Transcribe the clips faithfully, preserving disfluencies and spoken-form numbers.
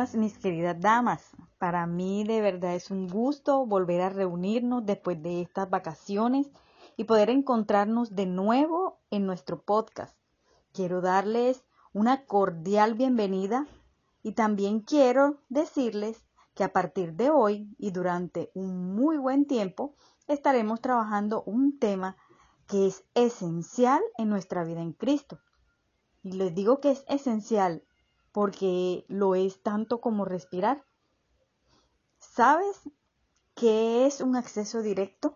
días, mis queridas damas. Para mí de verdad es un gusto volver a reunirnos después de estas vacaciones y poder encontrarnos de nuevo en nuestro podcast. Quiero darles una cordial bienvenida y también quiero decirles que a partir de hoy y durante un muy buen tiempo estaremos trabajando un tema que es esencial en nuestra vida en Cristo. Y les digo que es esencial porque lo es tanto como respirar. ¿Sabes qué es un acceso directo?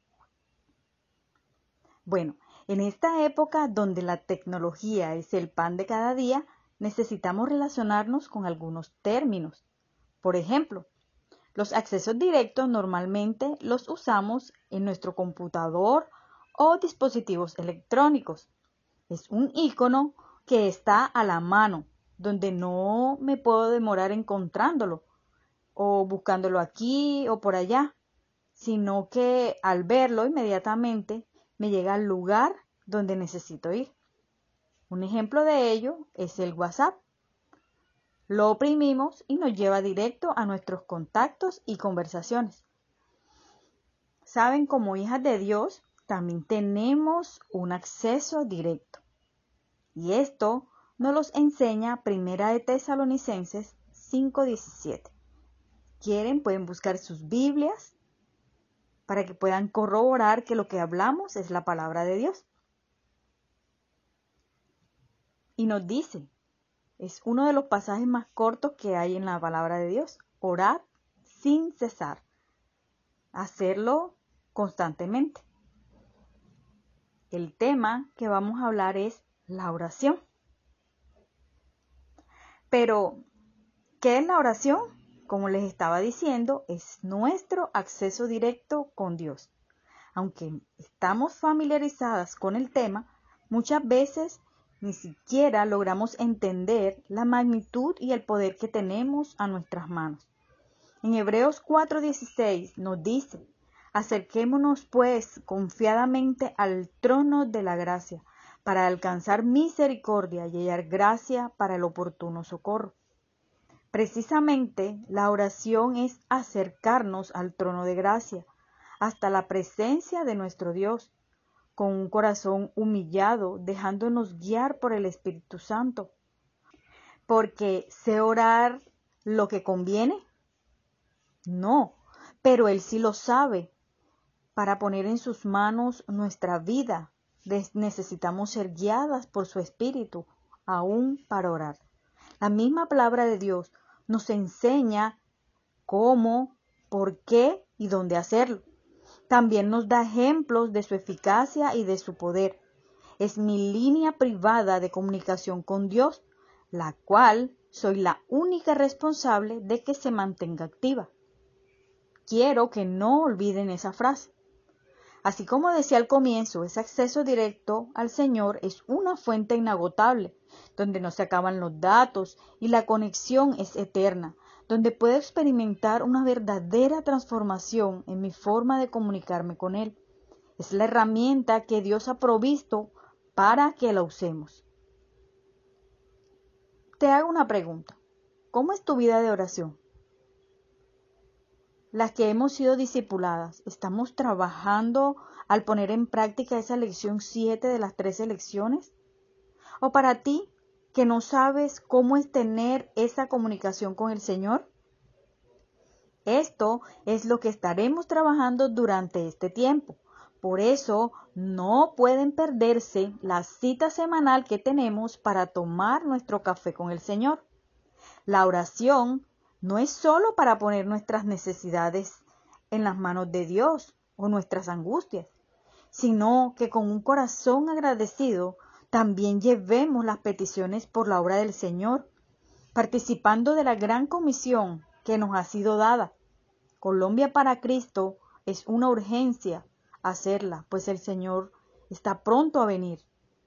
Bueno, en esta época donde la tecnología es el pan de cada día, necesitamos relacionarnos con algunos términos. Por ejemplo, los accesos directos normalmente los usamos en nuestro computador o dispositivos electrónicos. Es un icono que está a la mano, donde no me puedo demorar encontrándolo o buscándolo aquí o por allá, sino que al verlo inmediatamente me llega al lugar donde necesito ir. Un ejemplo de ello es el WhatsApp. Lo oprimimos y nos lleva directo a nuestros contactos y conversaciones. Saben, como hijas de Dios, también tenemos un acceso directo. Y esto nos los enseña Primera de Tesalonicenses cinco diecisiete. ¿Quieren? Pueden buscar sus Biblias para que puedan corroborar que lo que hablamos es la palabra de Dios. Y nos dice, es uno de los pasajes más cortos que hay en la palabra de Dios. Orad sin cesar. Hacerlo constantemente. El tema que vamos a hablar es la oración. Pero, ¿qué es la oración? Como les estaba diciendo, es nuestro acceso directo con Dios. Aunque estamos familiarizadas con el tema, muchas veces ni siquiera logramos entender la magnitud y el poder que tenemos a nuestras manos. En Hebreos cuatro dieciséis nos dice, acerquémonos pues confiadamente al trono de la gracia, para alcanzar misericordia y hallar gracia para el oportuno socorro. Precisamente la oración es acercarnos al trono de gracia, hasta la presencia de nuestro Dios, con un corazón humillado, dejándonos guiar por el Espíritu Santo. Porque ¿sé orar lo que conviene? No, pero Él sí lo sabe. Para poner en sus manos nuestra vida, necesitamos ser guiadas por su Espíritu, aún para orar. La misma palabra de Dios nos enseña cómo, por qué y dónde hacerlo. También nos da ejemplos de su eficacia y de su poder. Es mi línea privada de comunicación con Dios, la cual soy la única responsable de que se mantenga activa. Quiero que no olviden esa frase. Así como decía al comienzo, ese acceso directo al Señor es una fuente inagotable, donde no se acaban los datos y la conexión es eterna, donde puedo experimentar una verdadera transformación en mi forma de comunicarme con Él. Es la herramienta que Dios ha provisto para que la usemos. Te hago una pregunta. ¿Cómo es tu vida de oración? Las que hemos sido discipuladas, ¿estamos trabajando al poner en práctica esa lección siete de las trece lecciones? ¿O para ti, que no sabes cómo es tener esa comunicación con el Señor? Esto es lo que estaremos trabajando durante este tiempo. Por eso, no pueden perderse la cita semanal que tenemos para tomar nuestro café con el Señor. La oración no es solo para poner nuestras necesidades en las manos de Dios o nuestras angustias, sino que con un corazón agradecido también llevemos las peticiones por la obra del Señor, participando de la gran comisión que nos ha sido dada. Colombia para Cristo es una urgencia hacerla, pues el Señor está pronto a venir.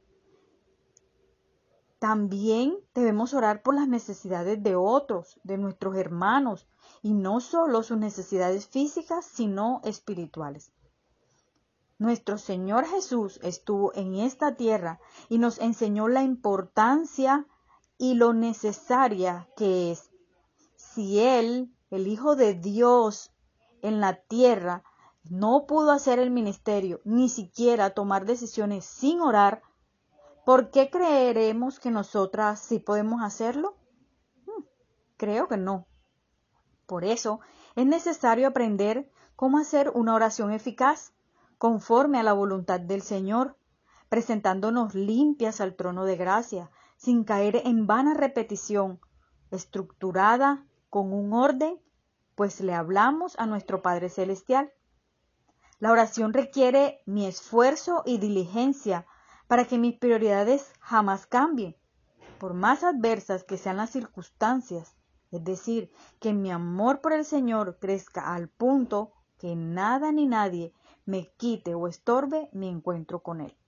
También debemos orar por las necesidades de otros, de nuestros hermanos, y no solo sus necesidades físicas, sino espirituales. Nuestro Señor Jesús estuvo en esta tierra y nos enseñó la importancia y lo necesaria que es Si Él, el Hijo de Dios en la tierra, no pudo hacer el ministerio, ni siquiera tomar decisiones sin orar, ¿por qué creeremos que nosotras sí podemos hacerlo? Hmm, creo que no. Por eso es necesario aprender cómo hacer una oración eficaz, conforme a la voluntad del Señor, presentándonos limpias al trono de gracia, sin caer en vana repetición, estructurada con un orden, pues le hablamos a nuestro Padre Celestial. La oración requiere mi esfuerzo y diligencia para que mis prioridades jamás cambien, por más adversas que sean las circunstancias. Es decir, que mi amor por el Señor crezca al punto que nada ni nadie me quite o estorbe mi encuentro con Él.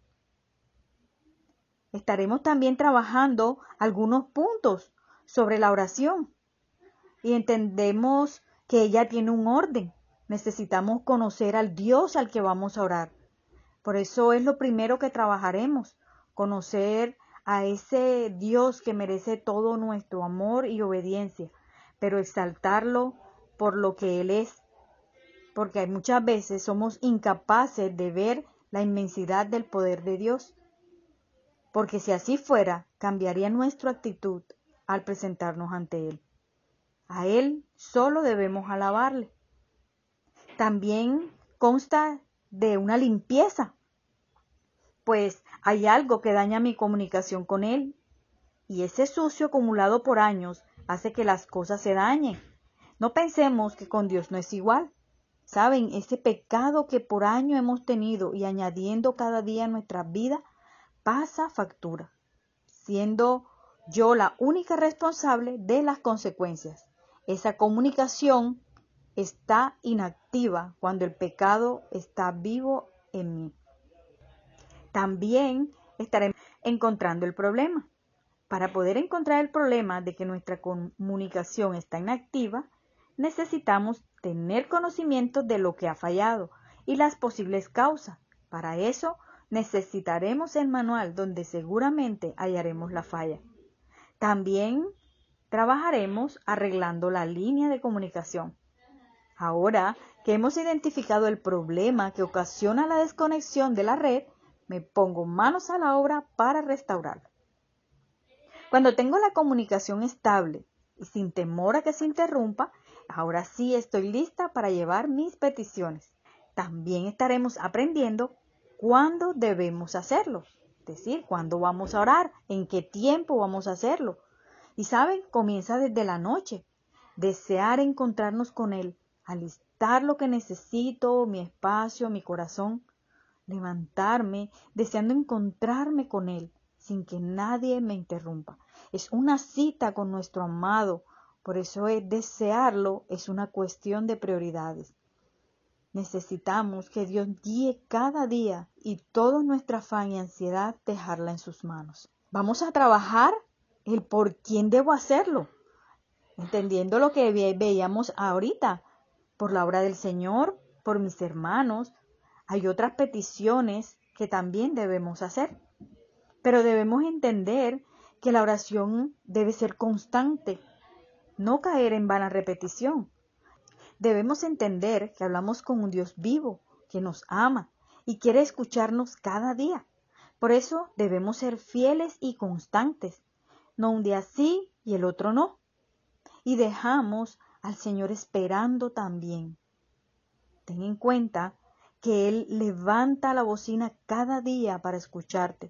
Estaremos también trabajando algunos puntos sobre la oración y entendemos que ella tiene un orden. Necesitamos conocer al Dios al que vamos a orar. Por eso es lo primero que trabajaremos, conocer a ese Dios que merece todo nuestro amor y obediencia, pero exaltarlo por lo que Él es, porque muchas veces somos incapaces de ver la inmensidad del poder de Dios, porque si así fuera, cambiaría nuestra actitud al presentarnos ante Él. A Él solo debemos alabarle. También consta de una limpieza, pues hay algo que daña mi comunicación con Él, y ese sucio acumulado por años hace que las cosas se dañen. No pensemos que con Dios no es igual. ¿Saben? Ese pecado que por año hemos tenido y añadiendo cada día a nuestras vidas, pasa factura, siendo yo la única responsable de las consecuencias. Esa comunicación está inactiva cuando el pecado está vivo en mí. También estaremos encontrando el problema. Para poder encontrar el problema de que nuestra comunicación está inactiva, necesitamos tener conocimiento de lo que ha fallado y las posibles causas. Para eso necesitaremos el manual donde seguramente hallaremos la falla. También trabajaremos arreglando la línea de comunicación. Ahora que hemos identificado el problema que ocasiona la desconexión de la red, me pongo manos a la obra para restaurarla. Cuando tengo la comunicación estable y sin temor a que se interrumpa, ahora sí estoy lista para llevar mis peticiones. También estaremos aprendiendo cuándo debemos hacerlo, es decir, cuándo vamos a orar, en qué tiempo vamos a hacerlo. Y saben, comienza desde la noche, desear encontrarnos con Él, alistar lo que necesito, mi espacio, mi corazón, levantarme deseando encontrarme con Él, sin que nadie me interrumpa. Es una cita con nuestro amado, por eso es desearlo, es una cuestión de prioridades. Necesitamos que Dios guíe cada día y toda nuestra afán y ansiedad dejarla en sus manos. Vamos a trabajar el por quién debo hacerlo, entendiendo lo que ve- veíamos ahorita, por la obra del Señor, por mis hermanos. Hay otras peticiones que también debemos hacer, pero debemos entender que la oración debe ser constante, no caer en vana repetición. Debemos entender que hablamos con un Dios vivo, que nos ama y quiere escucharnos cada día. Por eso debemos ser fieles y constantes, no un día sí y el otro no. Y dejamos al Señor esperando también. Ten en cuenta que Él levanta la bocina cada día para escucharte.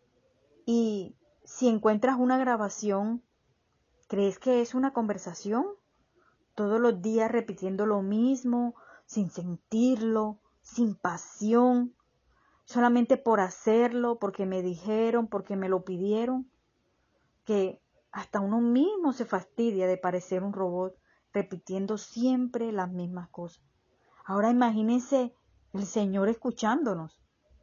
Y si encuentras una grabación, ¿crees que es una conversación? Todos los días repitiendo lo mismo, sin sentirlo, sin pasión, solamente por hacerlo, porque me dijeron, porque me lo pidieron, que hasta uno mismo se fastidia de parecer un robot, repitiendo siempre las mismas cosas. Ahora imagínense el Señor escuchándonos.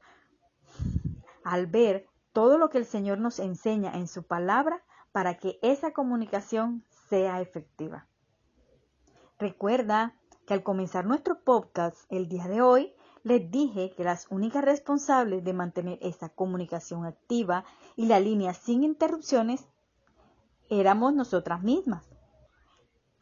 Al ver todo lo que el Señor nos enseña en su palabra para que esa comunicación sea efectiva. Recuerda que al comenzar nuestro podcast el día de hoy, les dije que las únicas responsables de mantener esa comunicación activa y la línea sin interrupciones éramos nosotras mismas.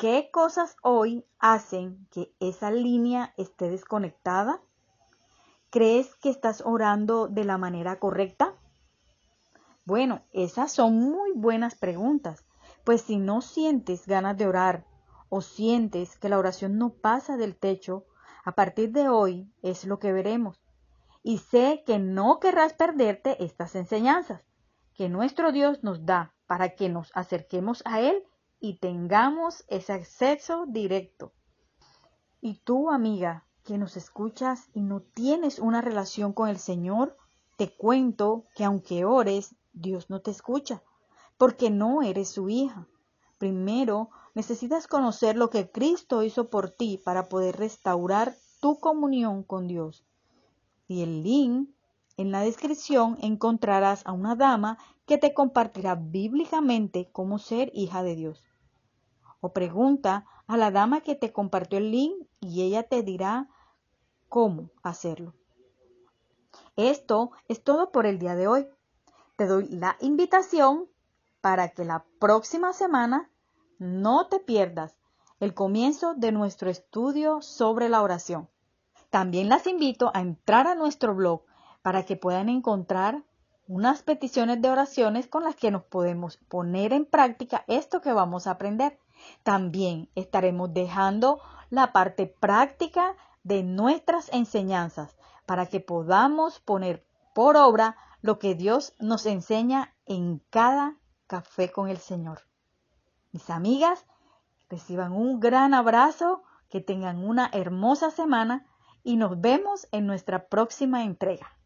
¿Qué cosas hoy hacen que esa línea esté desconectada? ¿Crees que estás orando de la manera correcta? Bueno, esas son muy buenas preguntas, pues si no sientes ganas de orar o sientes que la oración no pasa del techo, a partir de hoy es lo que veremos. Y sé que no querrás perderte estas enseñanzas que nuestro Dios nos da para que nos acerquemos a Él y tengamos ese acceso directo. Y tú, amiga, que nos escuchas y no tienes una relación con el Señor, te cuento que aunque ores, Dios no te escucha, porque no eres su hija. Primero, necesitas conocer lo que Cristo hizo por ti para poder restaurar tu comunión con Dios. Y el link en la descripción encontrarás a una dama que te compartirá bíblicamente cómo ser hija de Dios. O pregunta a la dama que te compartió el link y ella te dirá cómo hacerlo. Esto es todo por el día de hoy. Te doy la invitación para que la próxima semana no te pierdas el comienzo de nuestro estudio sobre la oración. También las invito a entrar a nuestro blog para que puedan encontrar unas peticiones de oraciones con las que nos podemos poner en práctica esto que vamos a aprender. También estaremos dejando la parte práctica de nuestras enseñanzas para que podamos poner por obra lo que Dios nos enseña en cada café con el Señor. Mis amigas, reciban un gran abrazo, que tengan una hermosa semana y nos vemos en nuestra próxima entrega.